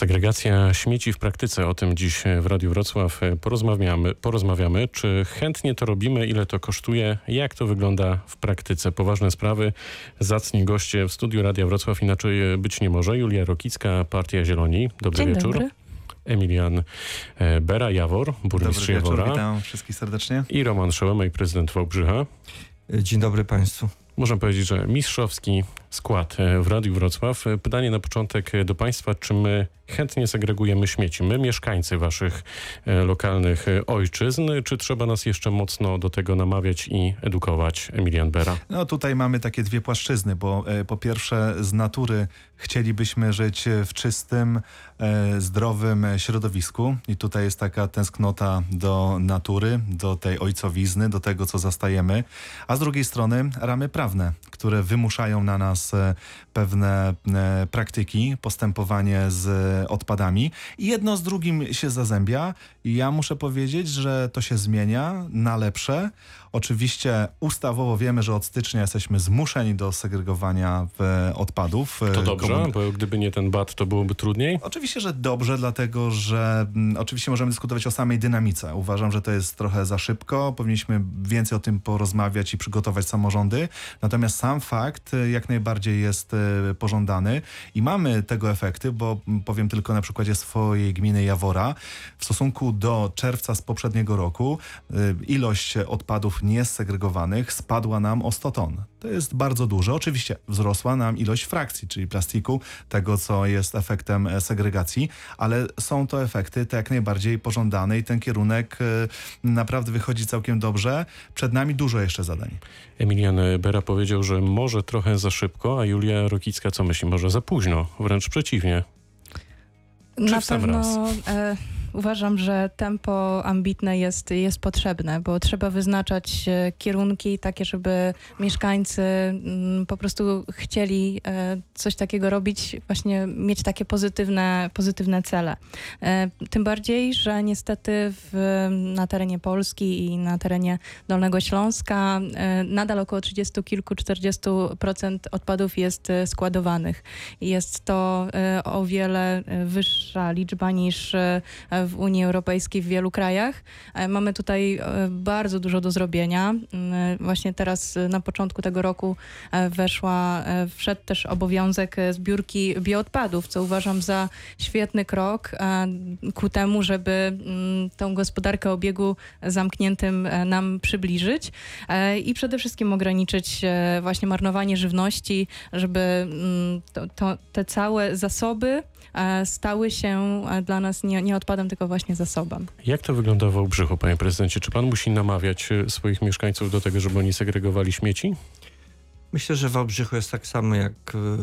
Segregacja śmieci w praktyce. O tym dziś w Radiu Wrocław porozmawiamy. Czy chętnie to robimy? Ile to kosztuje? Jak to wygląda w praktyce? Poważne sprawy. Zacni goście w studiu Radia Wrocław. Inaczej być nie może. Julia Rokicka, Partia Zieloni. Dobry Dzień wieczór. Dobry. Emilian Bera-Jawor, burmistrz Dobry wieczór, Jawora. witam wszystkich serdecznie. I Roman Szołomej, prezydent Wałbrzycha. Dzień dobry Państwu. Można powiedzieć, że mistrzowski skład w Radiu Wrocław. Pytanie na początek do Państwa, czy my chętnie segregujemy śmieci? My, mieszkańcy Waszych lokalnych ojczyzn, czy trzeba nas jeszcze mocno do tego namawiać i edukować? Emilian Bera. No tutaj mamy takie dwie płaszczyzny, bo po pierwsze z natury chcielibyśmy żyć w czystym, zdrowym środowisku i tutaj jest taka tęsknota do natury, do tej ojcowizny, do tego, co zastajemy, a z drugiej strony ramy prawne, które wymuszają na nas pewne praktyki, postępowanie z odpadami i jedno z drugim się zazębia i ja muszę powiedzieć, że to się zmienia na lepsze. Oczywiście ustawowo wiemy, że od stycznia jesteśmy zmuszeni do segregowania odpadów. To dobrze, bo gdyby nie ten bat, to byłoby trudniej? Oczywiście, że dobrze, dlatego że oczywiście możemy dyskutować o samej dynamice. Uważam, że to jest trochę za szybko. Powinniśmy więcej o tym porozmawiać i przygotować samorządy. Natomiast sam fakt jak najbardziej jest pożądany i mamy tego efekty, bo powiem tylko na przykładzie swojej gminy Jawora. W stosunku do czerwca z poprzedniego roku ilość odpadów niesegregowanych spadła nam o 100 ton. To jest bardzo dużo. Oczywiście wzrosła nam ilość frakcji, czyli plastiku, tego co jest efektem segregacji, ale są to efekty te jak najbardziej pożądane i ten kierunek naprawdę wychodzi całkiem dobrze. Przed nami dużo jeszcze zadań. Emilian Bera powiedział, że może trochę za szybko, a Julia Rokicka co myśli? Może za późno, wręcz przeciwnie. Czy Na w sam pewno raz? uważam, że tempo ambitne jest potrzebne, bo trzeba wyznaczać kierunki takie, żeby mieszkańcy po prostu chcieli coś takiego robić, właśnie mieć takie pozytywne cele. Tym bardziej, że niestety na terenie Polski i na terenie Dolnego Śląska nadal około 30 kilku, 40% odpadów jest składowanych. Jest to o wiele wyższa liczba niż w Unii Europejskiej w wielu krajach. Mamy tutaj bardzo dużo do zrobienia. Właśnie teraz na początku tego roku wszedł też obowiązek zbiórki bioodpadów, co uważam za świetny krok ku temu, żeby tą gospodarkę o obiegu zamkniętym nam przybliżyć i przede wszystkim ograniczyć właśnie marnowanie żywności, żeby te całe zasoby stały się dla nas nie odpadem, tylko właśnie zasobem. Jak to wygląda w Wałbrzychu, panie prezydencie? Czy pan musi namawiać swoich mieszkańców do tego, żeby oni segregowali śmieci? Myślę, że w Wałbrzychu jest tak samo jak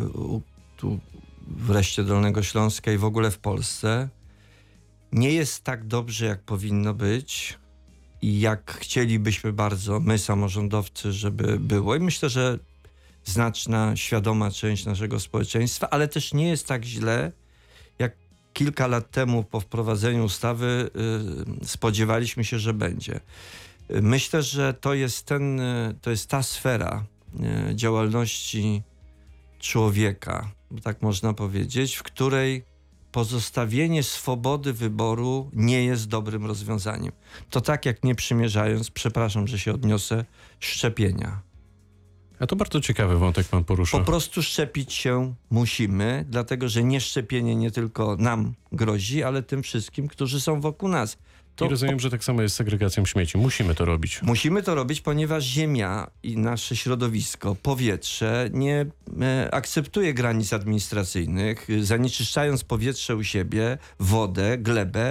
tu w reszcie Dolnego Śląska i w ogóle w Polsce. Nie jest tak dobrze, jak powinno być i jak chcielibyśmy bardzo, my samorządowcy, żeby było. I myślę, że znaczna, świadoma część naszego społeczeństwa, ale też nie jest tak źle, jak kilka lat temu po wprowadzeniu ustawy spodziewaliśmy się, że będzie. Myślę, że to jest ta sfera działalności człowieka, tak można powiedzieć, w której pozostawienie swobody wyboru nie jest dobrym rozwiązaniem. To tak jak nie przymierzając, przepraszam, że się odniosę, szczepienia. A to bardzo ciekawy wątek pan porusza. Po prostu szczepić się musimy, dlatego że nieszczepienie nie tylko nam grozi, ale tym wszystkim, którzy są wokół nas. I rozumiem, że tak samo jest z segregacją śmieci. Musimy to robić. Musimy to robić, ponieważ ziemia i nasze środowisko, powietrze nie akceptuje granic administracyjnych. Zanieczyszczając powietrze u siebie, wodę, glebę,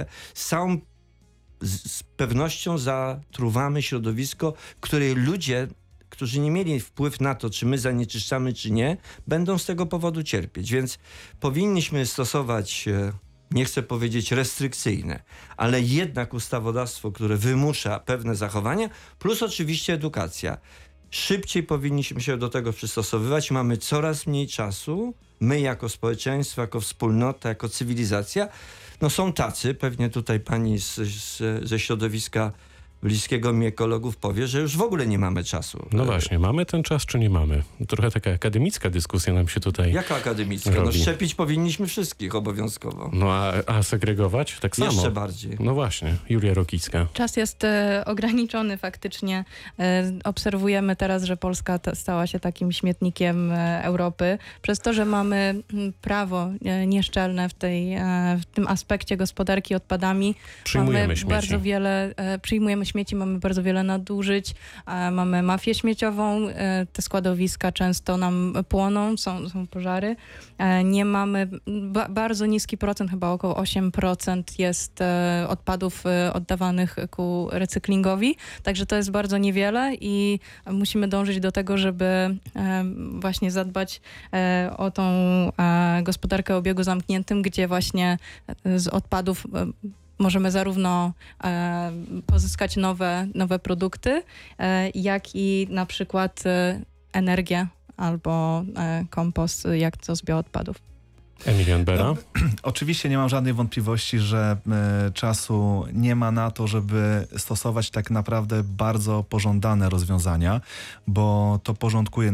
z pewnością zatruwamy środowisko, w której ludzie, którzy nie mieli wpływ na to, czy my zanieczyszczamy, czy nie, będą z tego powodu cierpieć. Więc powinniśmy stosować, nie chcę powiedzieć restrykcyjne, ale jednak ustawodawstwo, które wymusza pewne zachowania, plus oczywiście edukacja. Szybciej powinniśmy się do tego przystosowywać. Mamy coraz mniej czasu. My jako społeczeństwo, jako wspólnota, jako cywilizacja. No są tacy, pewnie tutaj pani ze środowiska bliskiego mi ekologów powie, że już w ogóle nie mamy czasu. No właśnie, mamy ten czas, czy nie mamy? Trochę taka akademicka dyskusja nam się tutaj Jaka akademicka? No robi. szczepić powinniśmy wszystkich obowiązkowo. No a segregować? Tak samo. Jeszcze bardziej. No właśnie, Julia Rokicka. Czas jest ograniczony faktycznie. Obserwujemy teraz, że Polska stała się takim śmietnikiem Europy. Przez to, że mamy prawo nieszczelne w tym aspekcie gospodarki odpadami. Przyjmujemy Mamy śmieci. bardzo wiele, przyjmujemy śmieci, mamy bardzo wiele nadużyć, mamy mafię śmieciową, te składowiska często nam płoną, są pożary. Nie mamy, bardzo niski procent, chyba około 8% jest odpadów oddawanych ku recyklingowi, także to jest bardzo niewiele i musimy dążyć do tego, żeby właśnie zadbać o tą gospodarkę o obiegu zamkniętym, gdzie właśnie z odpadów możemy zarówno pozyskać nowe produkty, jak i na przykład energię albo kompost, jak to z bioodpadów. Emilian Bera. Oczywiście nie mam żadnej wątpliwości, że czasu nie ma na to, żeby stosować tak naprawdę bardzo pożądane rozwiązania, bo to porządkuje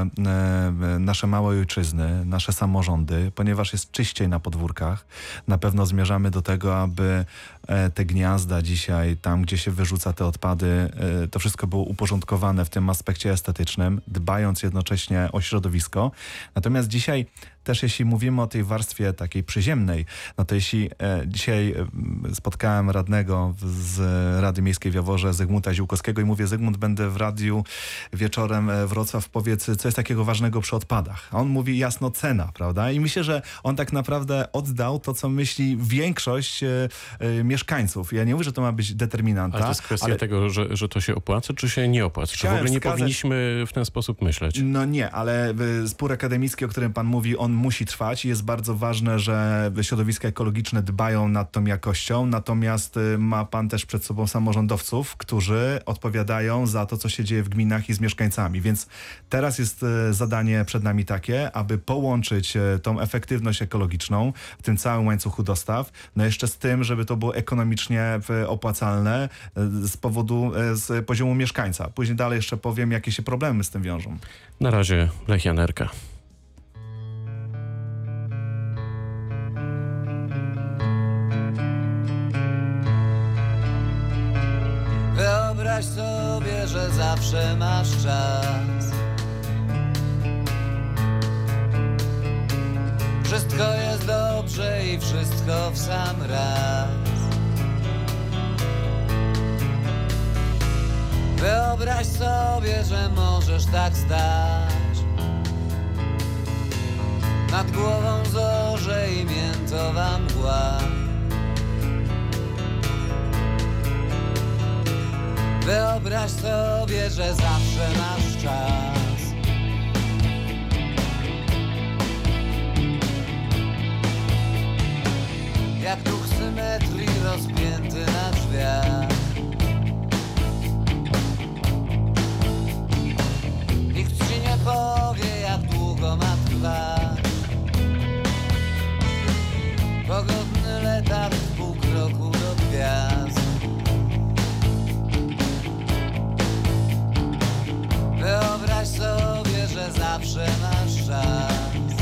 nasze małe ojczyzny, nasze samorządy, ponieważ jest czyściej na podwórkach. Na pewno zmierzamy do tego, aby te gniazda dzisiaj, tam gdzie się wyrzuca te odpady, to wszystko było uporządkowane w tym aspekcie estetycznym, dbając jednocześnie o środowisko. Natomiast dzisiaj też jeśli mówimy o tej warstwie takiej przyziemnej, no to jeśli dzisiaj spotkałem radnego z Rady Miejskiej w Jaworze, Zygmunta Ziółkowskiego i mówię, Zygmunt, będę w radiu wieczorem Wrocław, powiedz, co jest takiego ważnego przy odpadach. A on mówi jasno cena, prawda? I myślę, że on tak naprawdę oddał to, co myśli większość mieszkańców. Ja nie mówię, że to ma być determinanta. Ale to jest kwestia tego, że to się opłaca, czy się nie opłaca? Czy w ogóle nie powinniśmy w ten sposób myśleć? No nie, ale spór akademicki, o którym pan mówi, on musi trwać i jest bardzo ważne, że środowiska ekologiczne dbają nad tą jakością, natomiast ma pan też przed sobą samorządowców, którzy odpowiadają za to, co się dzieje w gminach i z mieszkańcami, więc teraz jest zadanie przed nami takie, aby połączyć tą efektywność ekologiczną w tym całym łańcuchu dostaw, no jeszcze z tym, żeby to było ekonomicznie opłacalne z poziomu mieszkańca. Później dalej jeszcze powiem, jakie się problemy z tym wiążą. Na razie Lech Janerka. Wyobraź sobie, że zawsze masz czas. Wszystko jest dobrze i wszystko w sam raz. Wyobraź sobie, że możesz tak stać. Nad głową zorze i miętowa mgła. Wyobraź sobie, że zawsze masz czas. Jak duch symetrii rozpięty na drzwiach. Nikt ci nie powie, jak długo ma trwać. Pogodny letarg w pół kroku do gwiazd. Wyobraź sobie, że zawsze masz czas.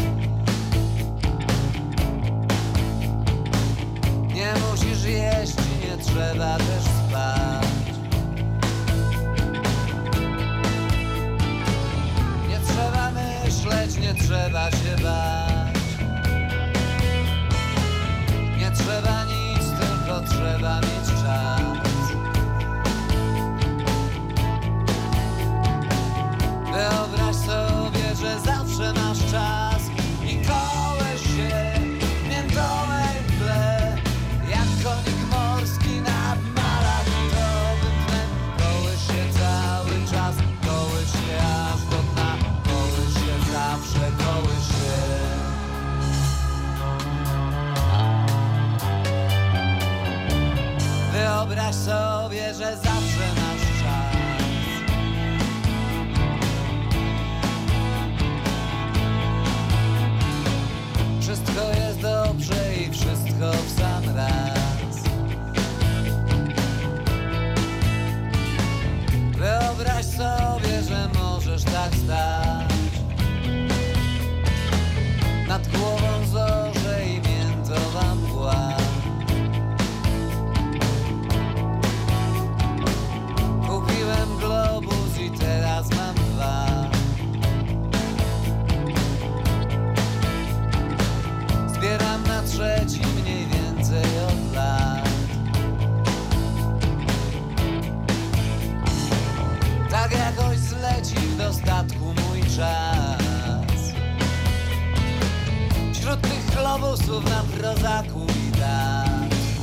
Nie musisz jeść i nie trzeba też spać. Nie trzeba myśleć, nie trzeba się bać. Nie trzeba nic, tylko trzeba mieć czas. Wyobraź sobie, że zawsze masz czas i kołeś się w miętowej mgle, jak konik morski nad malachtowym tłem. Kołeś się cały czas, kołeś się aż do dna, kołeś się zawsze, kołeś się. Wyobraź sobie, że zawsze masz czas. Wszystko jest dobrze i wszystko w sam raz. braku i tak.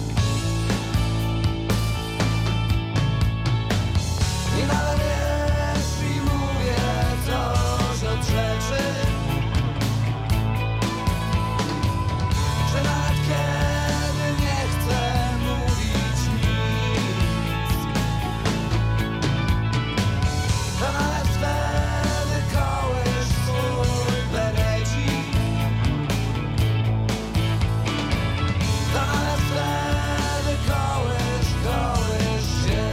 I nawet jeśli mówię coś od rzeczy, że nawet kiedy nie chcę mówić nic, to nawet wtedy kołysz swój berecik, to nawet wtedy kołysz się.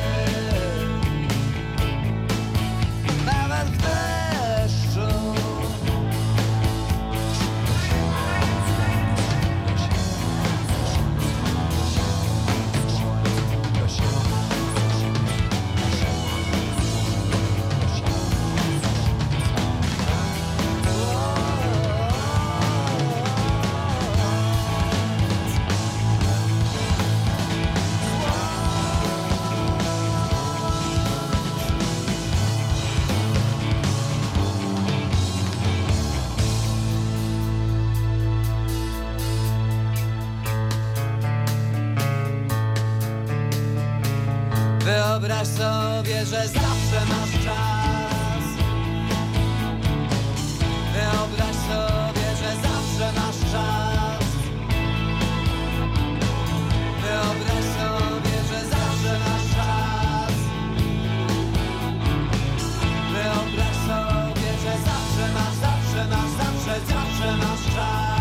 Nawet w deszczu. Wyobraź sobie, że zawsze masz czas. Wyobraź sobie, że zawsze masz czas. Wyobraź sobie, że zawsze masz czas. Wyobraź sobie, że zawsze masz czas.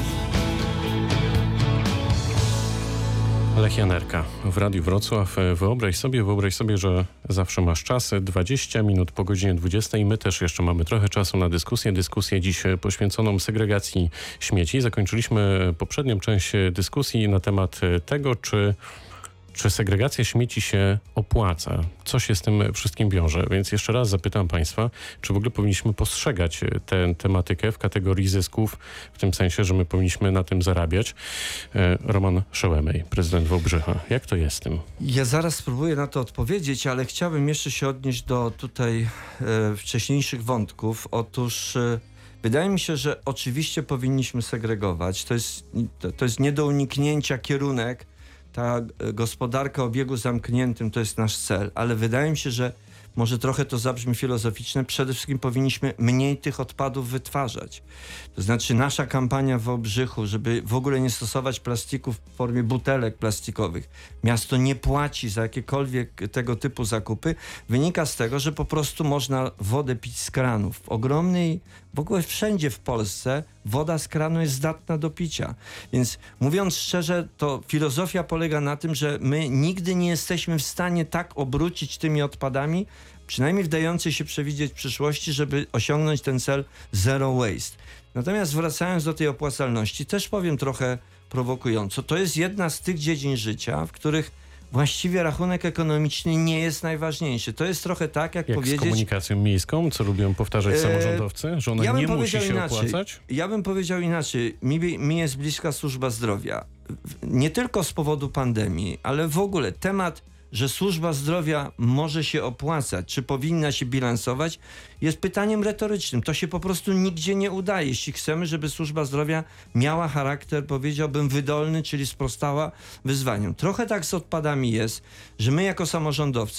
Lech Janerka w Radiu Wrocław. Wyobraź sobie, że zawsze masz czas. 20 minut po godzinie 20. My też jeszcze mamy trochę czasu na dyskusję dziś poświęconą segregacji śmieci. Zakończyliśmy poprzednią część dyskusji na temat tego, czy segregacja śmieci się opłaca? Co się z tym wszystkim wiąże? Więc jeszcze raz zapytam Państwa, czy w ogóle powinniśmy postrzegać tę tematykę w kategorii zysków, w tym sensie, że my powinniśmy na tym zarabiać. Roman Szołemej, prezydent Wałbrzycha. Jak to jest z tym? Ja zaraz spróbuję na to odpowiedzieć, ale chciałbym jeszcze się odnieść do tutaj wcześniejszych wątków. Otóż wydaje mi się, że oczywiście powinniśmy segregować. To jest nie do uniknięcia kierunek. Ta gospodarka o obiegu zamkniętym to jest nasz cel, ale wydaje mi się, że może trochę to zabrzmi filozoficzne, przede wszystkim powinniśmy mniej tych odpadów wytwarzać. To znaczy nasza kampania w Wałbrzychu, żeby w ogóle nie stosować plastiku w formie butelek plastikowych. Miasto nie płaci za jakiekolwiek tego typu zakupy. Wynika z tego, że po prostu można wodę pić z kranów. W ogóle wszędzie w Polsce woda z kranu jest zdatna do picia. Więc mówiąc szczerze, to filozofia polega na tym, że my nigdy nie jesteśmy w stanie tak obrócić tymi odpadami, przynajmniej w dającej się przewidzieć przyszłości, żeby osiągnąć ten cel zero waste. Natomiast wracając do tej opłacalności, też powiem trochę prowokująco. To jest jedna z tych dziedzin życia, w których właściwie rachunek ekonomiczny nie jest najważniejszy. To jest trochę tak, jak powiedzieć... z komunikacją miejską, co lubią powtarzać samorządowcy, że ona nie musi się opłacać? Ja bym powiedział inaczej. Mi jest bliska służba zdrowia. Nie tylko z powodu pandemii, ale w ogóle temat, że służba zdrowia może się opłacać, czy powinna się bilansować, jest pytaniem retorycznym. To się po prostu nigdzie nie udaje. Jeśli chcemy, żeby służba zdrowia miała charakter, powiedziałbym, wydolny, czyli sprostała wyzwaniom. Trochę tak z odpadami jest, że my jako samorządowcy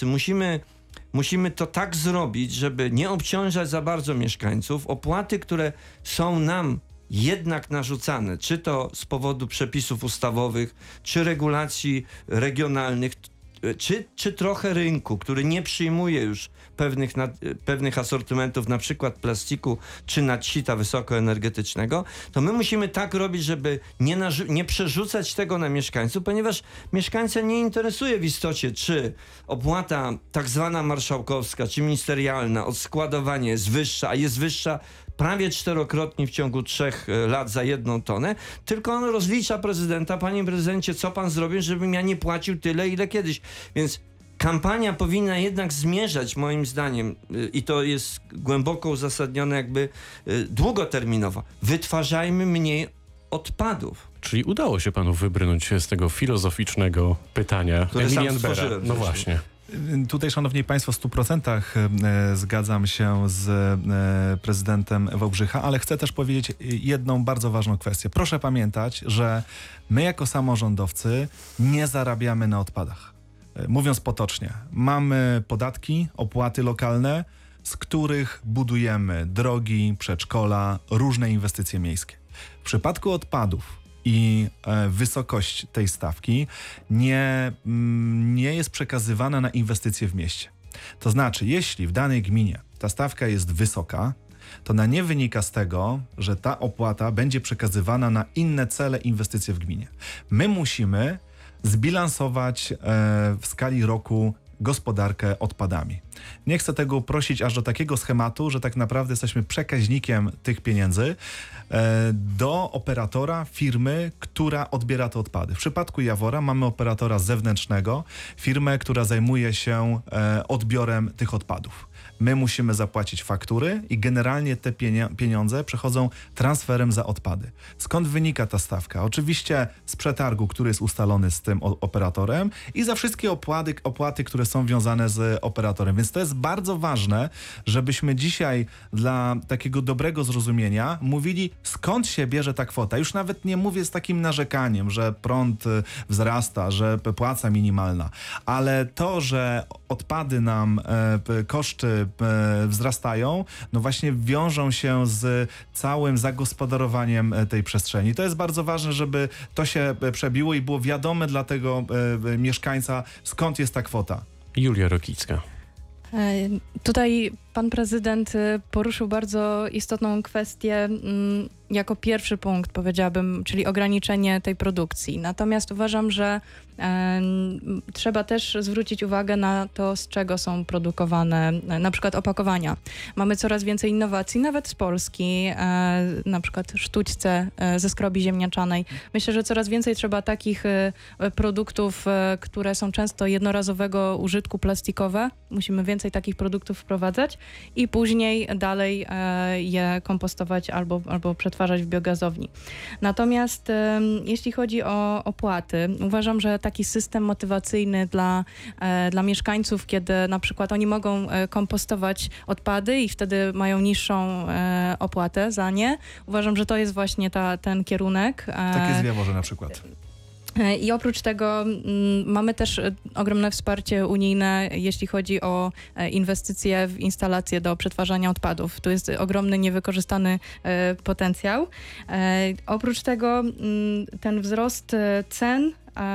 musimy to tak zrobić, żeby nie obciążać za bardzo mieszkańców. Opłaty, które są nam jednak narzucane, czy to z powodu przepisów ustawowych, czy regulacji regionalnych, czy trochę rynku, który nie przyjmuje już pewnych asortymentów, na przykład plastiku, czy nadsita wysokoenergetycznego, to my musimy tak robić, żeby nie przerzucać tego na mieszkańców, ponieważ mieszkańca nie interesuje w istocie, czy opłata tak zwana marszałkowska, czy ministerialna od składowania jest wyższa, a jest wyższa prawie 4-krotnie w ciągu 3 lat za 1 tonę, tylko on rozlicza prezydenta: panie prezydencie, co pan zrobił, żebym ja nie płacił tyle, ile kiedyś. Więc kampania powinna jednak zmierzać, moim zdaniem, i to jest głęboko uzasadnione, jakby długoterminowo. Wytwarzajmy mniej odpadów. Czyli udało się panu wybrnąć z tego filozoficznego pytania. Które Emilian sam Bera. stworzyłem. No właśnie. Tutaj, szanowni państwo, w 100% zgadzam się z prezydentem Wałbrzycha, ale chcę też powiedzieć jedną bardzo ważną kwestię. Proszę pamiętać, że my jako samorządowcy nie zarabiamy na odpadach. Mówiąc potocznie, mamy podatki, opłaty lokalne, z których budujemy drogi, przedszkola, różne inwestycje miejskie. W przypadku odpadów i wysokość tej stawki nie jest przekazywana na inwestycje w mieście. To znaczy, jeśli w danej gminie ta stawka jest wysoka, to ona nie wynika z tego, że ta opłata będzie przekazywana na inne cele, inwestycje w gminie. My musimy zbilansować w skali roku gospodarkę odpadami. Nie chcę tego uprościć aż do takiego schematu, że tak naprawdę jesteśmy przekaźnikiem tych pieniędzy do operatora, firmy, która odbiera te odpady. W przypadku Jawora mamy operatora zewnętrznego, firmę, która zajmuje się odbiorem tych odpadów. My musimy zapłacić faktury i generalnie te pieniądze przechodzą transferem za odpady. Skąd wynika ta stawka? Oczywiście z przetargu, który jest ustalony z tym operatorem i za wszystkie opłaty, które są wiązane z operatorem. Więc to jest bardzo ważne, żebyśmy dzisiaj dla takiego dobrego zrozumienia mówili, skąd się bierze ta kwota. Już nawet nie mówię z takim narzekaniem, że prąd wzrasta, że płaca minimalna, ale to, że odpady nam, koszty wzrastają, no właśnie wiążą się z całym zagospodarowaniem tej przestrzeni. To jest bardzo ważne, żeby to się przebiło i było wiadome dla tego mieszkańca, skąd jest ta kwota. Julia Rokicka. Tutaj pan prezydent poruszył bardzo istotną kwestię, jako pierwszy punkt powiedziałabym, czyli ograniczenie tej produkcji. Natomiast uważam, że trzeba też zwrócić uwagę na to, z czego są produkowane na przykład opakowania. Mamy coraz więcej innowacji, nawet z Polski, na przykład sztućce ze skrobi ziemniaczanej. Myślę, że coraz więcej trzeba takich produktów, które są często jednorazowego użytku, plastikowe. Musimy więcej takich produktów wprowadzać i później dalej je kompostować albo przetwarzać w biogazowni. Natomiast jeśli chodzi o opłaty, uważam, że taki system motywacyjny dla mieszkańców, kiedy na przykład oni mogą kompostować odpady i wtedy mają niższą opłatę za nie. Uważam, że to jest właśnie ten kierunek. Tak jest w Jaworze na przykład. I oprócz tego mamy też ogromne wsparcie unijne, jeśli chodzi o inwestycje w instalacje do przetwarzania odpadów. Tu jest ogromny niewykorzystany potencjał. Oprócz tego ten wzrost cen,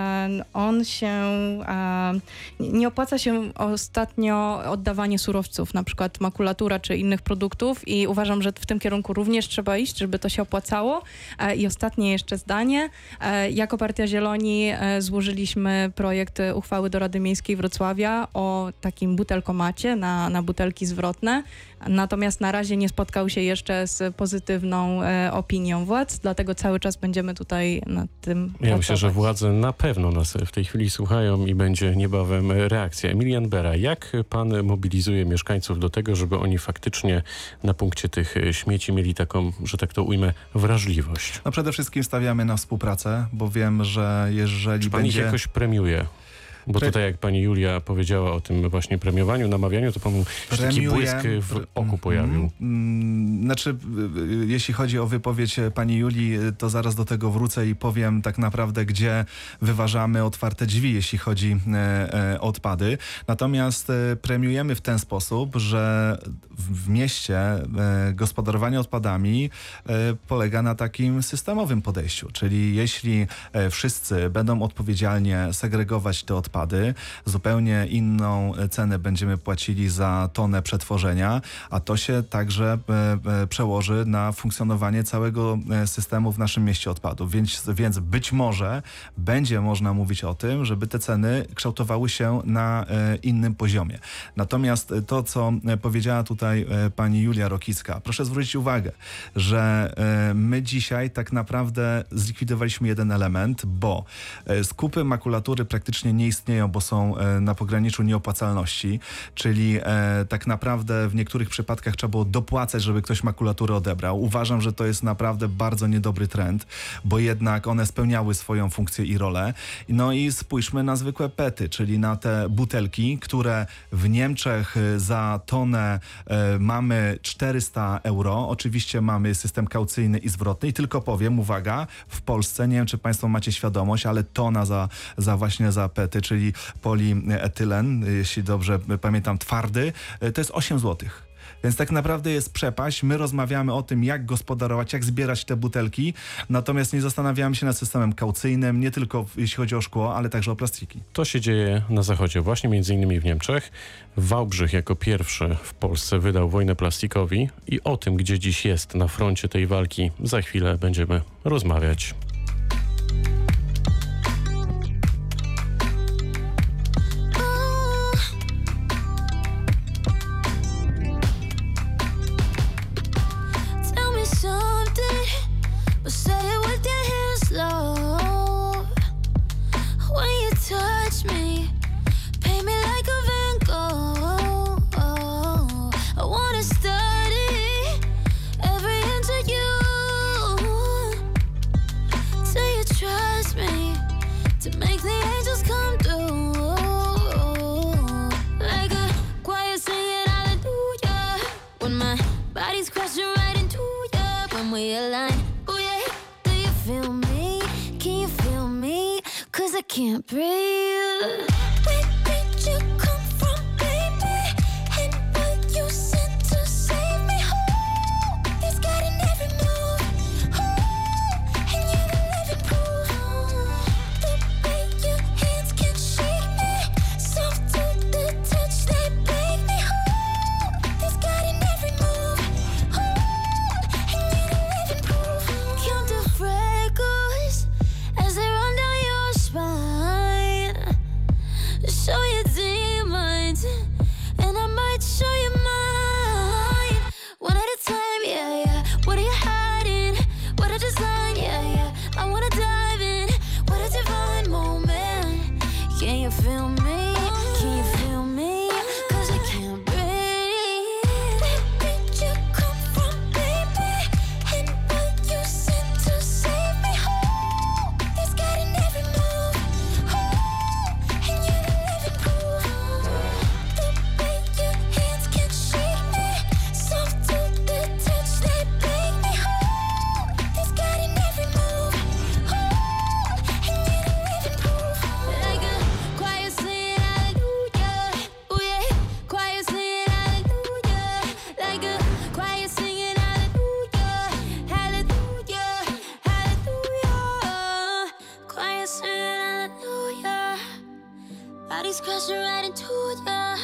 nie opłaca się ostatnio oddawanie surowców, na przykład makulatura czy innych produktów i uważam, że w tym kierunku również trzeba iść, żeby to się opłacało. I ostatnie jeszcze zdanie. Jako Partia Zieloni złożyliśmy projekt uchwały do Rady Miejskiej Wrocławia o takim butelkomacie na butelki zwrotne. Natomiast na razie nie spotkał się jeszcze z pozytywną opinią władz, dlatego cały czas będziemy tutaj nad tym pracować. Ja myślę, że władze na pewno nas w tej chwili słuchają i będzie niebawem reakcja. Emilian Bera, jak pan mobilizuje mieszkańców do tego, żeby oni faktycznie na punkcie tych śmieci mieli taką, że tak to ujmę, wrażliwość? No przede wszystkim stawiamy na współpracę, bo wiem, że jeżeli Czy pan ich jakoś premiuje? Bo tutaj jak pani Julia powiedziała o tym właśnie premiowaniu, namawianiu, to panu taki błysk w oku pojawił. Znaczy, jeśli chodzi o wypowiedź pani Julii, to zaraz do tego wrócę i powiem tak naprawdę, gdzie wyważamy otwarte drzwi, jeśli chodzi o odpady. Natomiast premiujemy w ten sposób, że w mieście gospodarowanie odpadami polega na takim systemowym podejściu, czyli jeśli wszyscy będą odpowiedzialnie segregować te odpady, zupełnie inną cenę będziemy płacili za tonę przetworzenia, a to się także przełoży na funkcjonowanie całego systemu w naszym mieście odpadów. Więc być może będzie można mówić o tym, żeby te ceny kształtowały się na innym poziomie. Natomiast to, co powiedziała tutaj pani Julia Rokicka, proszę zwrócić uwagę, że my dzisiaj tak naprawdę zlikwidowaliśmy jeden element, bo skupy makulatury praktycznie nie istnieją istnieją, bo są na pograniczu nieopłacalności, czyli tak naprawdę w niektórych przypadkach trzeba było dopłacać, żeby ktoś makulaturę odebrał. Uważam, że to jest naprawdę bardzo niedobry trend, bo jednak one spełniały swoją funkcję i rolę. No i spójrzmy na zwykłe pety, czyli na te butelki, które w Niemczech za tonę mamy 400 euro. Oczywiście mamy system kaucyjny i zwrotny i tylko powiem, uwaga, w Polsce, nie wiem czy Państwo macie świadomość, ale tona właśnie za pety, czyli polietylen, jeśli dobrze pamiętam, twardy, to jest 8 złotych. Więc tak naprawdę jest przepaść. My rozmawiamy o tym, jak gospodarować, jak zbierać te butelki, natomiast nie zastanawiamy się nad systemem kaucyjnym, nie tylko jeśli chodzi o szkło, ale także o plastiki. To się dzieje na zachodzie, właśnie między innymi w Niemczech. Wałbrzych jako pierwszy w Polsce wydał wojnę plastikowi i o tym, gdzie dziś jest na froncie tej walki, za chwilę będziemy rozmawiać. Can't breathe. Where did you come from, baby? And what you sent to save me? Oh, it's got in every move. Oh, and you're the living proof. The way your hands can shake me, soft to the touch, they break me. Oh, it's got in every move. Oh, and you're the living proof. Count the freckles as they run down your spine. Show your demons, and I might show you mine. One at a time, yeah, yeah. What are you hiding? What a design, yeah, yeah. I wanna dive in. What a divine moment. Can you feel me? Can you feel me? 'Cause I can't breathe. Where did you come from, baby? And what you sent to save me? Oh, it's got in every move. Oh, and you're the living proof. The way your hands can shake me, soft to the touch, they break me. Oh, it's got in every move. Oh, and you're the living proof. Like a choir singing hallelujah, oh yeah, choir singing hallelujah. Like a choir singing hallelujah, hallelujah, hallelujah. Choir singing hallelujah. Bodies crashing right into ya.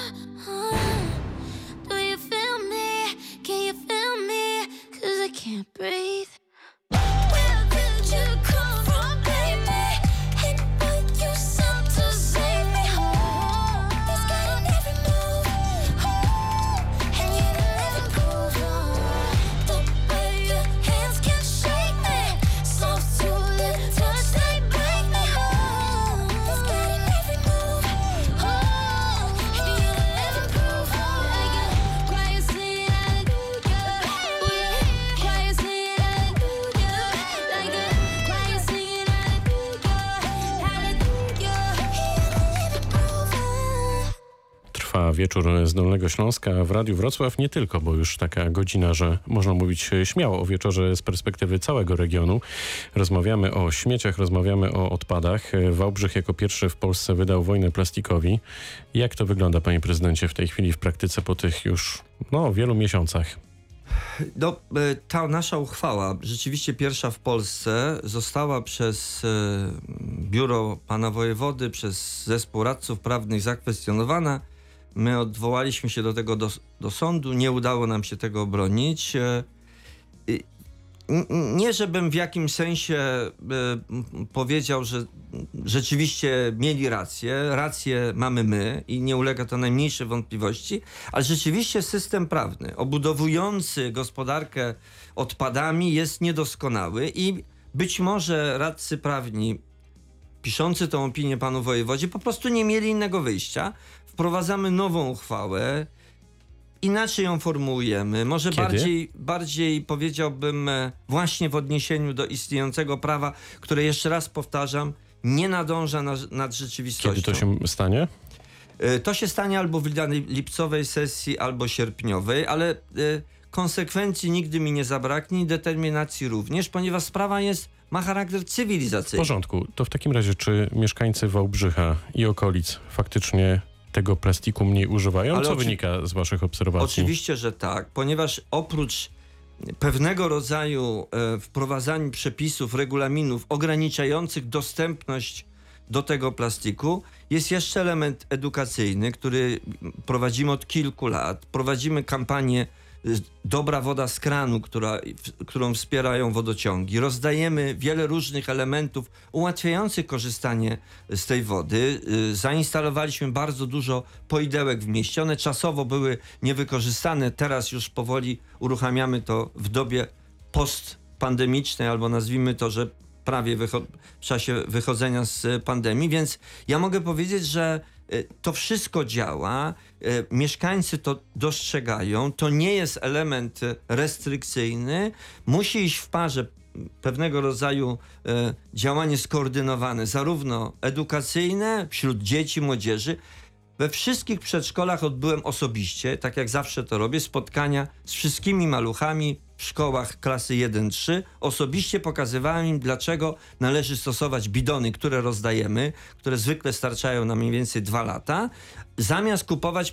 Do you feel me? Can you feel me? 'Cause I can't breathe. Where did you come from, baby? And what you sent to save me? Oh, it's got in every move. Oh, and you're the living proof. The way your hands can shake me, soft to the touch, they break me. Oh, it's got in every move. Oh, and you're the living proof. Like a choir singing hallelujah, oh yeah, choir singing hallelujah. Like a choir singing hallelujah, hallelujah. You're the living proof. Trwa wieczór z Dolnego Śląska w Radiu Wrocław. Nie tylko, bo już taka godzina, że można mówić śmiało o wieczorze z perspektywy całego regionu. Rozmawiamy o śmieciach, rozmawiamy o odpadach. Wałbrzych jako pierwszy w Polsce wydał wojnę plastikowi. Jak to wygląda, panie prezydencie, w tej chwili w praktyce po tych już wielu miesiącach? No, ta nasza uchwała, rzeczywiście pierwsza w Polsce, została przez biuro pana wojewody, przez zespół radców prawnych zakwestionowana. My odwołaliśmy się do tego do sądu, nie udało nam się tego obronić. Nie, żebym w jakimś sensie powiedział, że rzeczywiście mieli rację. Rację mamy my i nie ulega to najmniejszej wątpliwości, ale rzeczywiście system prawny obudowujący gospodarkę odpadami jest niedoskonały i być może radcy prawni piszący tą opinię panu wojewodzie po prostu nie mieli innego wyjścia. Wprowadzamy nową uchwałę, inaczej ją formułujemy, może bardziej powiedziałbym właśnie w odniesieniu do istniejącego prawa, które jeszcze raz powtarzam, nie nadąża nad rzeczywistością. Kiedy to się stanie? To się stanie albo w danej lipcowej sesji, albo sierpniowej, ale konsekwencji nigdy mi nie zabraknie i determinacji również, ponieważ sprawa ma charakter W cywilizacyjny. porządku. To w takim razie, czy mieszkańcy Wałbrzycha i okolic faktycznie tego plastiku mniej używają? Ale Co wynika z waszych obserwacji? Oczywiście, że tak, ponieważ oprócz pewnego rodzaju wprowadzania przepisów, regulaminów ograniczających dostępność do tego plastiku, jest jeszcze element edukacyjny, który prowadzimy od kilku lat. Prowadzimy kampanię Dobra woda z kranu, którą wspierają wodociągi. Rozdajemy wiele różnych elementów ułatwiających korzystanie z tej wody. Zainstalowaliśmy bardzo dużo poidełek w mieście. One czasowo były niewykorzystane. Teraz już powoli uruchamiamy to w dobie postpandemicznej, albo nazwijmy to, że prawie w czasie wychodzenia z pandemii. Więc ja mogę powiedzieć, że to wszystko działa, mieszkańcy to dostrzegają, to nie jest element restrykcyjny, musi iść w parze pewnego rodzaju działanie skoordynowane, zarówno edukacyjne wśród dzieci, młodzieży. We wszystkich przedszkolach odbyłem osobiście, tak jak zawsze to robię, spotkania z wszystkimi maluchami w szkołach klasy 1-3. Osobiście pokazywałem im, dlaczego należy stosować bidony, które rozdajemy, które zwykle starczają na mniej więcej 2 lata, zamiast kupować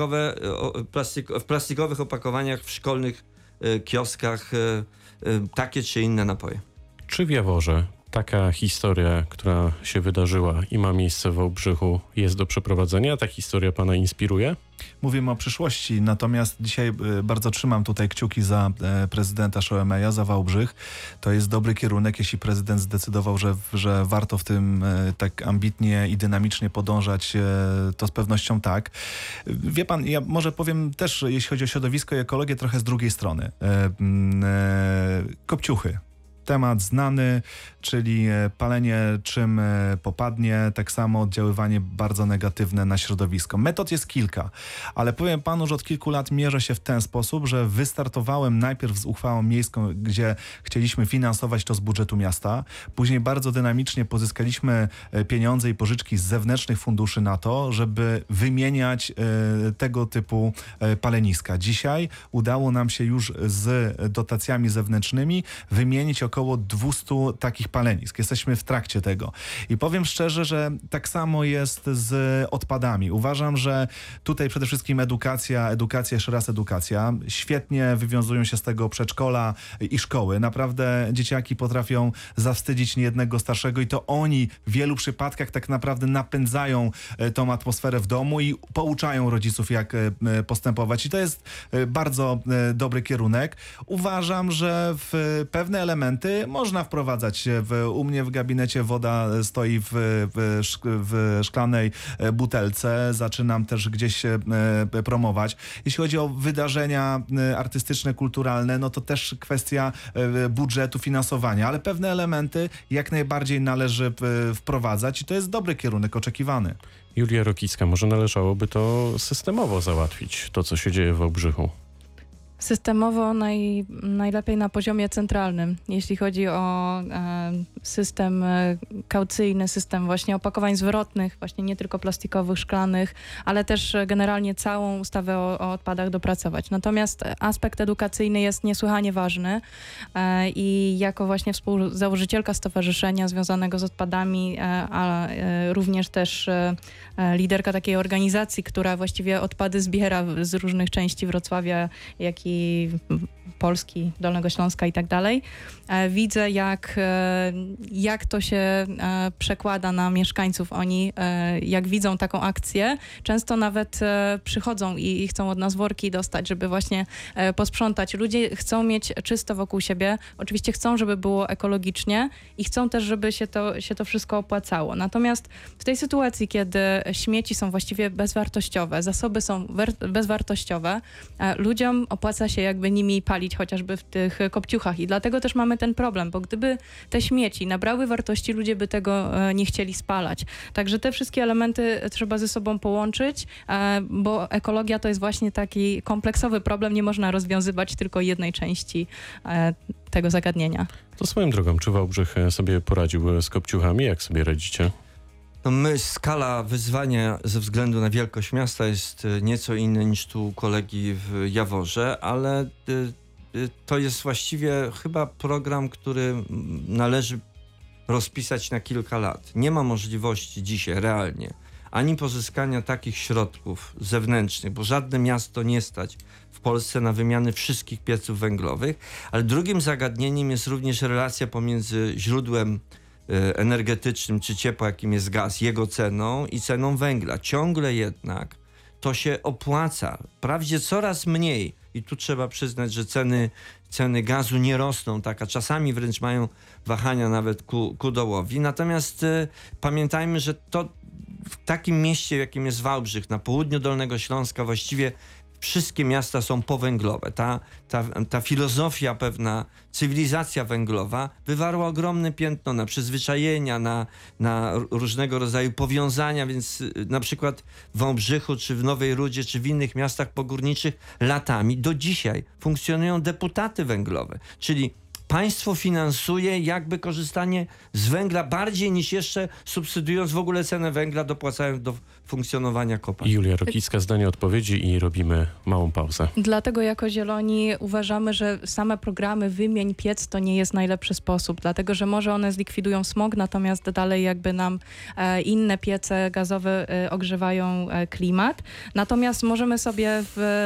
w plastikowych opakowaniach w szkolnych kioskach takie czy inne napoje. Czy w Jaworze taka historia, która się wydarzyła i ma miejsce w Wałbrzychu, jest do przeprowadzenia? Ta historia pana inspiruje? Mówimy o przyszłości, natomiast dzisiaj bardzo trzymam tutaj kciuki za prezydenta Szoemeja, za Wałbrzych. To jest dobry kierunek, jeśli prezydent zdecydował, że warto w tym tak ambitnie i dynamicznie podążać, to z pewnością tak. Wie pan, ja może powiem też, jeśli chodzi o środowisko i ekologię, trochę z drugiej strony. Kopciuchy. Temat znany, czyli palenie czym popadnie, tak samo oddziaływanie bardzo negatywne na środowisko. Metod jest kilka, ale powiem panu, że od kilku lat mierzę się w ten sposób, że wystartowałem najpierw z uchwałą miejską, gdzie chcieliśmy finansować to z budżetu miasta. Później bardzo dynamicznie pozyskaliśmy pieniądze i pożyczki z zewnętrznych funduszy na to, żeby wymieniać tego typu paleniska. Dzisiaj udało nam się już z dotacjami zewnętrznymi wymienić około 200 takich palenisk. Jesteśmy w trakcie tego. I powiem szczerze, że tak samo jest z odpadami. Uważam, że tutaj przede wszystkim edukacja, jeszcze raz edukacja. Świetnie wywiązują się z tego przedszkola i szkoły. Naprawdę dzieciaki potrafią zawstydzić niejednego starszego i to oni w wielu przypadkach tak naprawdę napędzają tą atmosferę w domu i pouczają rodziców, jak postępować. I to jest bardzo dobry kierunek. Uważam, że w pewne elementy można wprowadzać. U mnie w gabinecie woda stoi w szklanej butelce. Zaczynam też gdzieś promować. Jeśli chodzi o wydarzenia artystyczne, kulturalne, no to też kwestia budżetu, finansowania, ale pewne elementy jak najbardziej należy wprowadzać i to jest dobry kierunek oczekiwany. Julia Rokicka, może należałoby to systemowo załatwić, to co się dzieje w Wałbrzychu? Systemowo najlepiej na poziomie centralnym, jeśli chodzi o system kaucyjny, system właśnie opakowań zwrotnych, właśnie nie tylko plastikowych, szklanych, ale też generalnie całą ustawę o odpadach dopracować. Natomiast aspekt edukacyjny jest niesłychanie ważny i jako właśnie współzałożycielka stowarzyszenia związanego z odpadami, a również też liderka takiej organizacji, która właściwie odpady zbiera z różnych części Wrocławia, jak i Polski, Dolnego Śląska i tak dalej. Widzę, jak to się przekłada na mieszkańców. Oni, jak widzą taką akcję, często nawet przychodzą i chcą od nas worki dostać, żeby właśnie posprzątać. Ludzie chcą mieć czysto wokół siebie. Oczywiście chcą, żeby było ekologicznie i chcą też, żeby się to wszystko opłacało. Natomiast w tej sytuacji, kiedy śmieci są właściwie bezwartościowe, zasoby są bezwartościowe, ludziom opłaca opłaca się jakby nimi palić chociażby w tych kopciuchach i dlatego też mamy ten problem, bo gdyby te śmieci nabrały wartości, ludzie by tego nie chcieli spalać. Także te wszystkie elementy trzeba ze sobą połączyć, bo ekologia to jest właśnie taki kompleksowy problem, nie można rozwiązywać tylko jednej części tego zagadnienia. To swoją drogą, czy Wałbrzych sobie poradził z kopciuchami? Jak sobie radzicie? No skala wyzwania ze względu na wielkość miasta jest nieco inna niż tu kolegi w Jaworze, ale to jest właściwie chyba program, który należy rozpisać na kilka lat. Nie ma możliwości dzisiaj realnie ani pozyskania takich środków zewnętrznych, bo żadne miasto nie stać w Polsce na wymianę wszystkich pieców węglowych, ale drugim zagadnieniem jest również relacja pomiędzy źródłem energetycznym czy ciepła, jakim jest gaz, jego ceną i ceną węgla. Ciągle jednak to się opłaca. Wprawdzie coraz mniej i tu trzeba przyznać, że ceny gazu nie rosną, tak, a czasami wręcz mają wahania nawet ku dołowi. Natomiast pamiętajmy, że to w takim mieście, jakim jest Wałbrzych, na południu Dolnego Śląska, właściwie wszystkie miasta są powęglowe. Ta filozofia pewna, cywilizacja węglowa wywarła ogromne piętno na przyzwyczajenia, na różnego rodzaju powiązania, więc na przykład w Wałbrzychu, czy w Nowej Rudzie, czy w innych miastach pogórniczych latami do dzisiaj funkcjonują deputaty węglowe, czyli państwo finansuje jakby korzystanie z węgla bardziej niż jeszcze subsydiując w ogóle cenę węgla, dopłacając do funkcjonowania kopalń. Julia Rokicka, zdanie odpowiedzi i robimy małą pauzę. Dlatego jako Zieloni uważamy, że same programy wymień piec to nie jest najlepszy sposób, dlatego że może one zlikwidują smog, natomiast dalej jakby nam inne piece gazowe ogrzewają klimat. Natomiast możemy sobie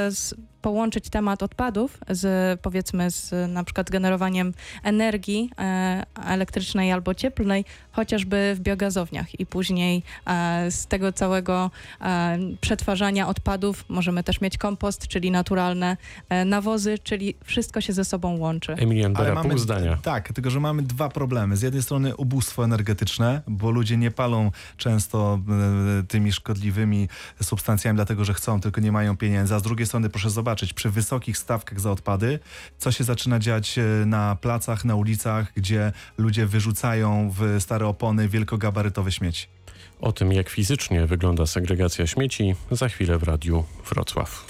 połączyć temat odpadów powiedzmy z na przykład generowaniem energii elektrycznej albo cieplnej, chociażby w biogazowniach i później z tego całego przetwarzania odpadów możemy też mieć kompost, czyli naturalne nawozy, czyli wszystko się ze sobą łączy. Emilian Bera, pół zdania. Tak, tylko że mamy dwa problemy. Z jednej strony ubóstwo energetyczne, bo ludzie nie palą często tymi szkodliwymi substancjami, dlatego że chcą, tylko nie mają pieniędzy. A z drugiej strony proszę zobaczyć, przy wysokich stawkach za odpady, co się zaczyna dziać na placach, na ulicach, gdzie ludzie wyrzucają w stare opony wielkogabarytowe śmieci. O tym, jak fizycznie wygląda segregacja śmieci, za chwilę w Radiu Wrocław.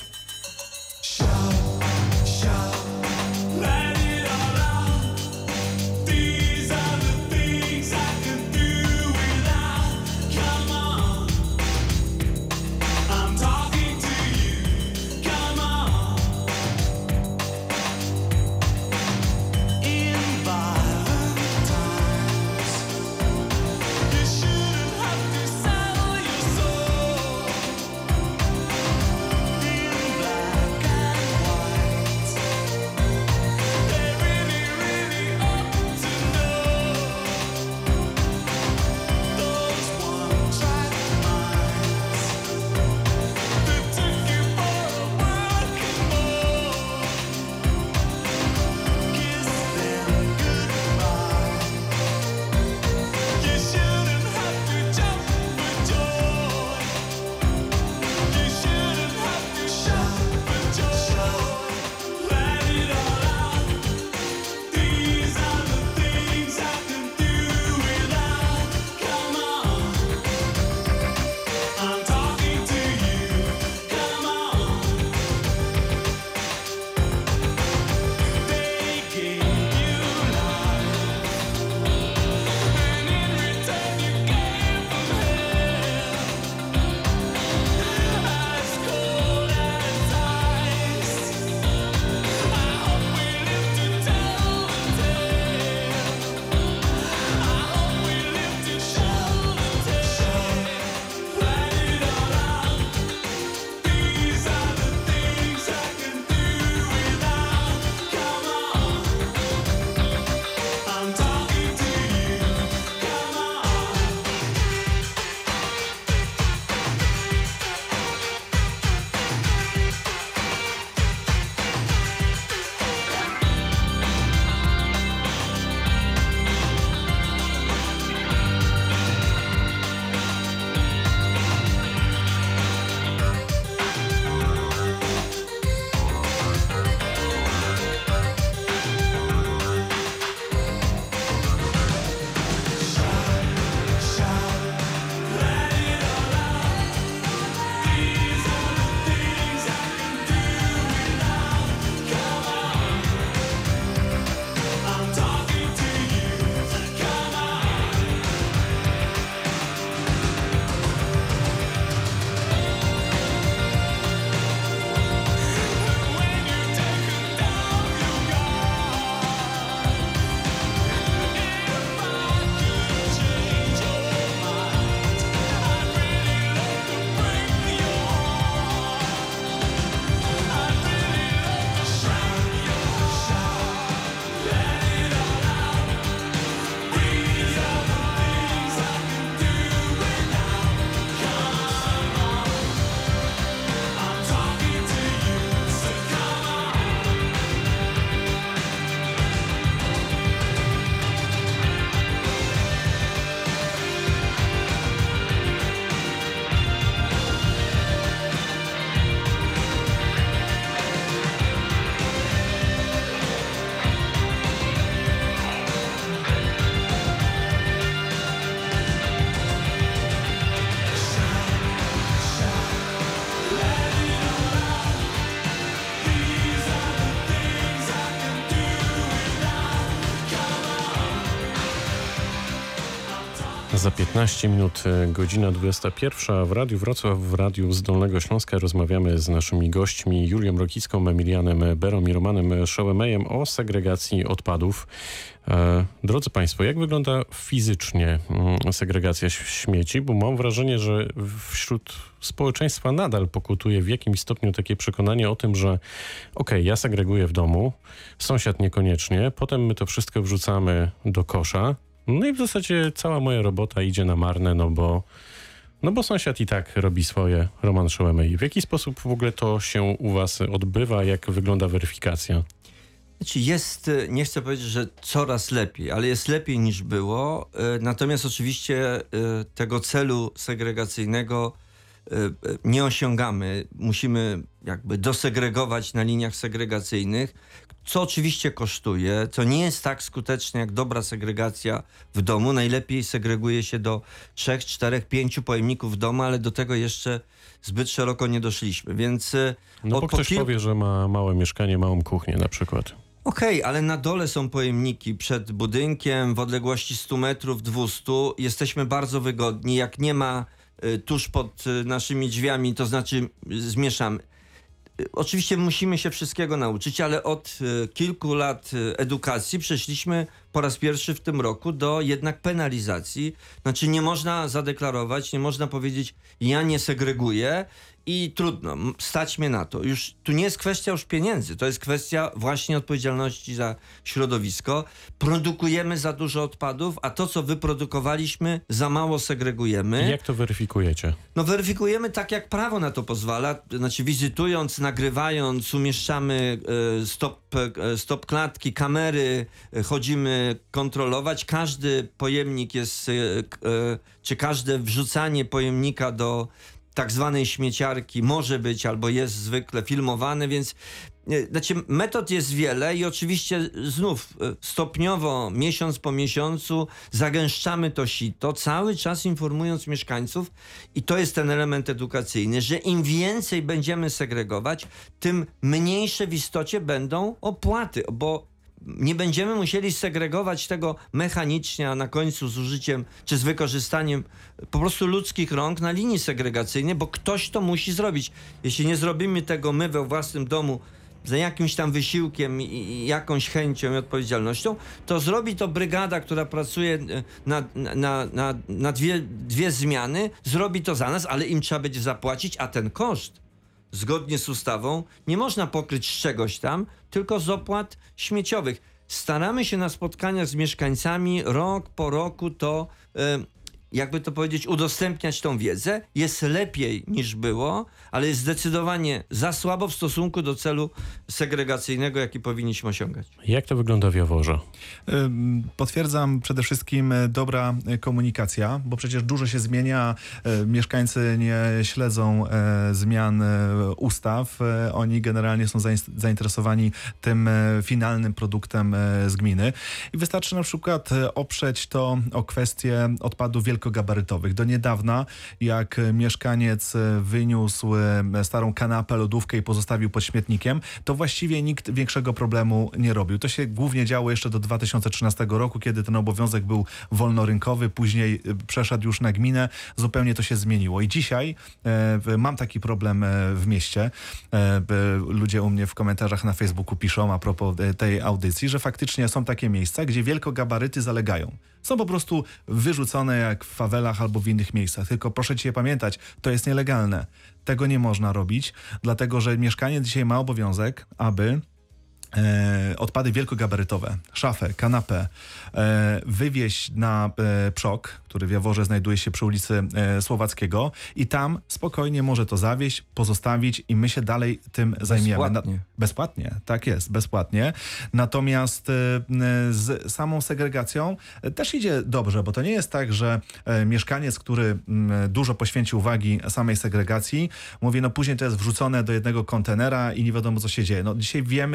Za 15 minut godzina 21. W Radiu Wrocław, w Radiu z Dolnego Śląska rozmawiamy z naszymi gośćmi Julią Rokicką, Emilianem Berą i Romanem Szołemejem o segregacji odpadów. Drodzy Państwo, jak wygląda fizycznie segregacja śmieci? Bo mam wrażenie, że wśród społeczeństwa nadal pokutuje w jakimś stopniu takie przekonanie o tym, że ja segreguję w domu, sąsiad niekoniecznie, potem my to wszystko wrzucamy do kosza. No i w zasadzie cała moja robota idzie na marne, no bo sąsiad i tak robi swoje. Roman Szołemej. W jaki sposób w ogóle to się u was odbywa? Jak wygląda weryfikacja? Znaczy nie chcę powiedzieć, że coraz lepiej, ale jest lepiej niż było. Natomiast oczywiście tego celu segregacyjnego nie osiągamy. Musimy jakby dosegregować na liniach segregacyjnych, co oczywiście kosztuje, co nie jest tak skuteczne jak dobra segregacja w domu. Najlepiej segreguje się do 3, 4, 5 pojemników w domu, ale do tego jeszcze zbyt szeroko nie doszliśmy. Więc bo ktoś powie, że ma małe mieszkanie, małą kuchnię na przykład. Okej, ale na dole są pojemniki przed budynkiem w odległości 100 metrów, 200. Jesteśmy bardzo wygodni. Jak nie ma tuż pod naszymi drzwiami, to znaczy zmieszamy. Oczywiście musimy się wszystkiego nauczyć, ale od kilku lat edukacji przeszliśmy po raz pierwszy w tym roku do jednak penalizacji. Znaczy nie można zadeklarować, nie można powiedzieć ja nie segreguję i trudno, stać mnie na to. Już tu nie jest kwestia już pieniędzy, to jest kwestia właśnie odpowiedzialności za środowisko. Produkujemy za dużo odpadów, a to co wyprodukowaliśmy za mało segregujemy. I jak to weryfikujecie? No weryfikujemy tak, jak prawo na to pozwala, znaczy wizytując, nagrywając, umieszczamy stop klatki, kamery, chodzimy kontrolować. Każdy pojemnik jest, czy każde wrzucanie pojemnika do tak zwanej śmieciarki może być albo jest zwykle filmowane, więc znaczy metod jest wiele i oczywiście znów stopniowo, miesiąc po miesiącu zagęszczamy to sito, cały czas informując mieszkańców i to jest ten element edukacyjny, że im więcej będziemy segregować, tym mniejsze w istocie będą opłaty, bo nie będziemy musieli segregować tego mechanicznie, a na końcu z użyciem czy z wykorzystaniem po prostu ludzkich rąk na linii segregacyjnej, bo ktoś to musi zrobić. Jeśli nie zrobimy tego my we własnym domu za jakimś tam wysiłkiem i jakąś chęcią i odpowiedzialnością, to zrobi to brygada, która pracuje na dwie zmiany, zrobi to za nas, ale im trzeba będzie zapłacić, a ten koszt zgodnie z ustawą nie można pokryć z czegoś tam, tylko z opłat śmieciowych. Staramy się na spotkaniach z mieszkańcami rok po roku to, jakby to powiedzieć, udostępniać tą wiedzę. Jest lepiej niż było, ale jest zdecydowanie za słabo w stosunku do celu segregacyjnego, jaki powinniśmy osiągać. Jak to wygląda w Jaworze? Potwierdzam przede wszystkim dobra komunikacja, bo przecież dużo się zmienia. Mieszkańcy nie śledzą zmian ustaw. Oni generalnie są zainteresowani tym finalnym produktem z gminy. I wystarczy na przykład oprzeć to o kwestię odpadów wielkogabarytowych. Do niedawna, jak mieszkaniec wyniósł starą kanapę, lodówkę i pozostawił pod śmietnikiem, to właściwie nikt większego problemu nie robił. To się głównie działo jeszcze do 2013 roku, kiedy ten obowiązek był wolnorynkowy, później przeszedł już na gminę, zupełnie to się zmieniło. I dzisiaj mam taki problem w mieście. Ludzie u mnie w komentarzach na Facebooku piszą a propos tej audycji, że faktycznie są takie miejsca, gdzie wielkogabaryty zalegają. Są po prostu wyrzucone jak w fawelach albo w innych miejscach. Tylko proszę cię pamiętać, to jest nielegalne. Tego nie można robić, dlatego że mieszkaniec dzisiaj ma obowiązek, aby odpady wielkogabarytowe, szafę, kanapę wywieźć na PSZOK, który w Jaworze znajduje się przy ulicy Słowackiego i tam spokojnie może to zawieźć, pozostawić i my się dalej tym zajmiemy. Bezpłatnie, tak jest, bezpłatnie. Natomiast z samą segregacją też idzie dobrze, bo to nie jest tak, że mieszkaniec, który dużo poświęci uwagi samej segregacji, mówi, no później to jest wrzucone do jednego kontenera i nie wiadomo, co się dzieje. No dzisiaj wiemy, że to się zmienia.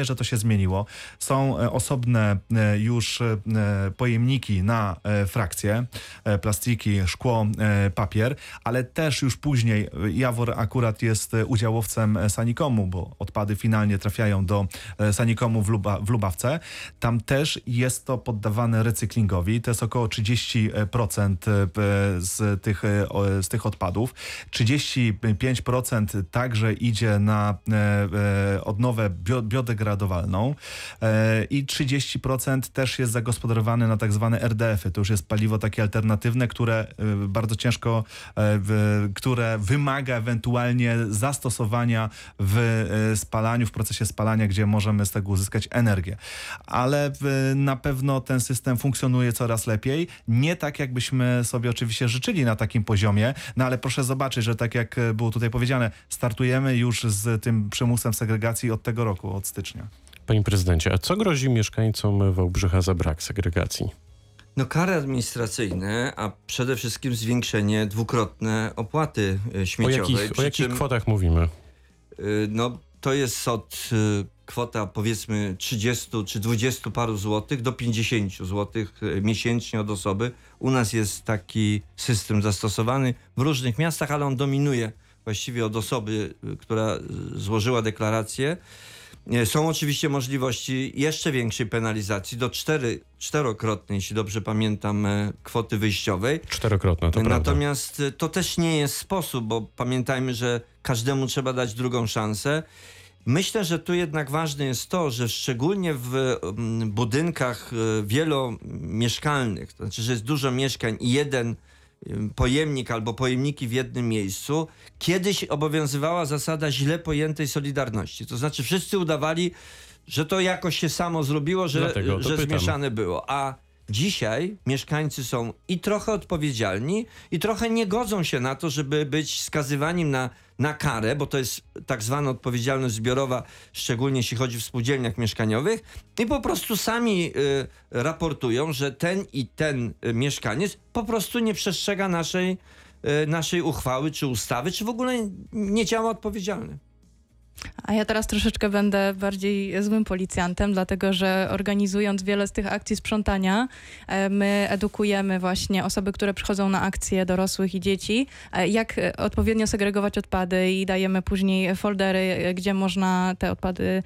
zmieniło. Są osobne już pojemniki na frakcje, plastiki, szkło, papier, ale też już później Jawor akurat jest udziałowcem Sanikomu, bo odpady finalnie trafiają do Sanikomu w Lubawce. Tam też jest to poddawane recyklingowi. To jest około 30% z tych odpadów. 35% także idzie na odnowę biodegradowalną i 30% też jest zagospodarowane na tak zwane RDF-y. To już jest paliwo takie alternatywne, które bardzo ciężko, które wymaga ewentualnie zastosowania w spalaniu, w procesie spalania, gdzie możemy z tego uzyskać energię. Ale na pewno ten system funkcjonuje coraz lepiej. Nie tak, jakbyśmy sobie oczywiście życzyli na takim poziomie, no ale proszę zobaczyć, że tak jak było tutaj powiedziane, startujemy już z tym przymusem segregacji od tego roku, od stycznia. Panie prezydencie, a co grozi mieszkańcom Wałbrzycha za brak segregacji? No kary administracyjne, a przede wszystkim zwiększenie dwukrotne opłaty śmieciowej. O jakich kwotach mówimy? No to jest od kwota powiedzmy 30 czy 20 paru złotych do 50 złotych miesięcznie od osoby. U nas jest taki system zastosowany w różnych miastach, ale on dominuje właściwie od osoby, która złożyła deklarację. Są oczywiście możliwości jeszcze większej penalizacji, do czterokrotnej, jeśli dobrze pamiętam, kwoty wyjściowej. Czterokrotna, to Natomiast to też nie jest sposób, bo pamiętajmy, że każdemu trzeba dać drugą szansę. Myślę, że tu jednak ważne jest to, że szczególnie w budynkach wielomieszkalnych, to znaczy, że jest dużo mieszkań i jeden pojemnik albo pojemniki w jednym miejscu, kiedyś obowiązywała zasada źle pojętej solidarności. To znaczy wszyscy udawali, że to jakoś się samo zrobiło, że zmieszane było. A dzisiaj mieszkańcy są i trochę odpowiedzialni, i trochę nie godzą się na to, żeby być skazywani na karę, bo to jest tak zwana odpowiedzialność zbiorowa, szczególnie jeśli chodzi o spółdzielniach mieszkaniowych, i po prostu sami raportują, że ten i ten mieszkaniec po prostu nie przestrzega naszej uchwały, czy ustawy, czy w ogóle nie działa odpowiedzialnie. A ja teraz troszeczkę będę bardziej złym policjantem, dlatego że organizując wiele z tych akcji sprzątania, my edukujemy właśnie osoby, które przychodzą na akcje, dorosłych i dzieci, jak odpowiednio segregować odpady i dajemy później foldery, gdzie można te odpady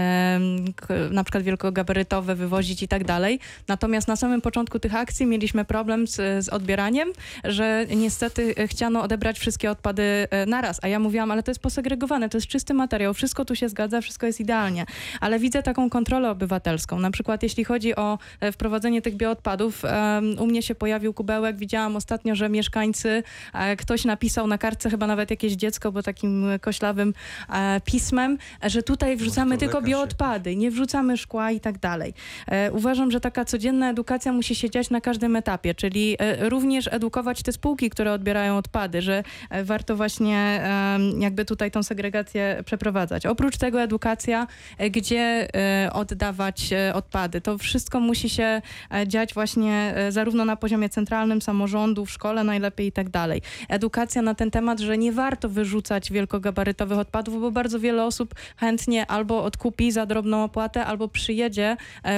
na przykład wielkogabarytowe wywozić i tak dalej. Natomiast na samym początku tych akcji mieliśmy problem z odbieraniem, że niestety chciano odebrać wszystkie odpady naraz, a ja mówiłam, ale to jest posegregowane, to jest czysty materiał, wszystko tu się zgadza, wszystko jest idealnie. Ale widzę taką kontrolę obywatelską. Na przykład jeśli chodzi o wprowadzenie tych bioodpadów, u mnie się pojawił kubełek, widziałam ostatnio, że mieszkańcy, ktoś napisał na kartce, chyba nawet jakieś dziecko, bo takim koślawym pismem, że tutaj wrzucamy tylko bioodpady, nie wrzucamy szkła i tak dalej. Uważam, że taka codzienna edukacja musi się dziać na każdym etapie, czyli również edukować te spółki, które odbierają odpady, że warto właśnie jakby tutaj tą segregację przeprowadzić. Oprócz tego edukacja, gdzie oddawać odpady. To wszystko musi się dziać właśnie zarówno na poziomie centralnym, samorządu, w szkole najlepiej i tak dalej. Edukacja na ten temat, że nie warto wyrzucać wielkogabarytowych odpadów, bo bardzo wiele osób chętnie albo odkupi za drobną opłatę, albo przyjedzie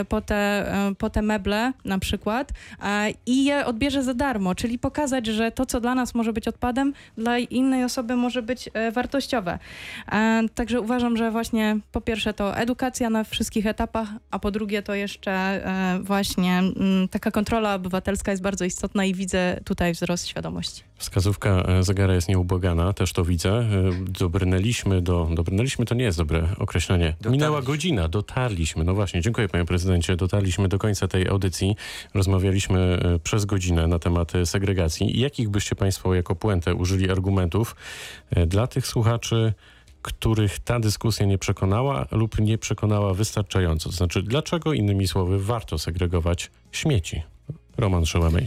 po te meble na przykład i je odbierze za darmo, czyli pokazać, że to, co dla nas może być odpadem, dla innej osoby może być wartościowe. Także uważam, że właśnie po pierwsze to edukacja na wszystkich etapach, a po drugie to jeszcze właśnie taka kontrola obywatelska jest bardzo istotna i widzę tutaj wzrost świadomości. Wskazówka zegara jest nieubłagana, też to widzę. Dobrnęliśmy to nie jest dobre określenie. Minęła godzina, dotarliśmy. No właśnie, dziękuję panie prezydencie. Dotarliśmy do końca tej audycji. Rozmawialiśmy przez godzinę na temat segregacji. Jakich byście państwo jako puentę użyli argumentów dla tych słuchaczy, których ta dyskusja nie przekonała lub nie przekonała wystarczająco? To znaczy, dlaczego, innymi słowy, warto segregować śmieci? Roman Szyłamej.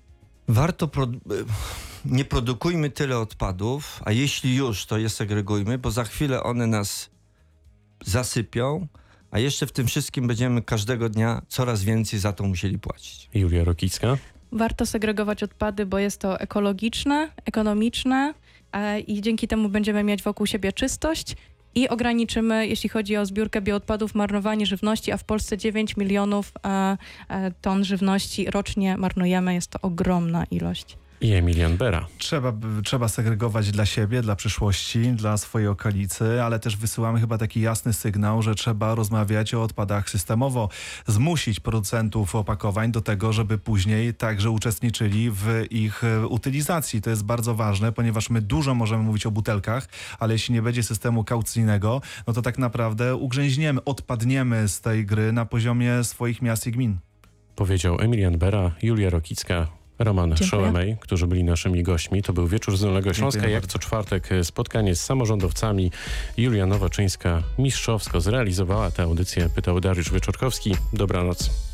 Nie produkujmy tyle odpadów, a jeśli już, to je segregujmy, bo za chwilę one nas zasypią, a jeszcze w tym wszystkim będziemy każdego dnia coraz więcej za to musieli płacić. Julia Rokicka. Warto segregować odpady, bo jest to ekologiczne, ekonomiczne i dzięki temu będziemy mieć wokół siebie czystość i ograniczymy, jeśli chodzi o zbiórkę bioodpadów, marnowanie żywności, a w Polsce 9 milionów ton żywności rocznie marnujemy. Jest to ogromna ilość. I Emilian Bera. Trzeba segregować dla siebie, dla przyszłości, dla swojej okolicy, ale też wysyłamy chyba taki jasny sygnał, że trzeba rozmawiać o odpadach systemowo, zmusić producentów opakowań do tego, żeby później także uczestniczyli w ich utylizacji. To jest bardzo ważne, ponieważ my dużo możemy mówić o butelkach, ale jeśli nie będzie systemu kaucyjnego, no to tak naprawdę ugrzęźniemy, odpadniemy z tej gry na poziomie swoich miast i gmin. Powiedział Emilian Bera, Julia Rokicka, Roman Szołemej, którzy byli naszymi gośćmi. To był Wieczór z Dolnego Śląska. Jak co czwartek spotkanie z samorządowcami. Julia Nowaczyńska mistrzowsko zrealizowała tę audycję. Pytał Dariusz Wieczorkowski. Dobranoc.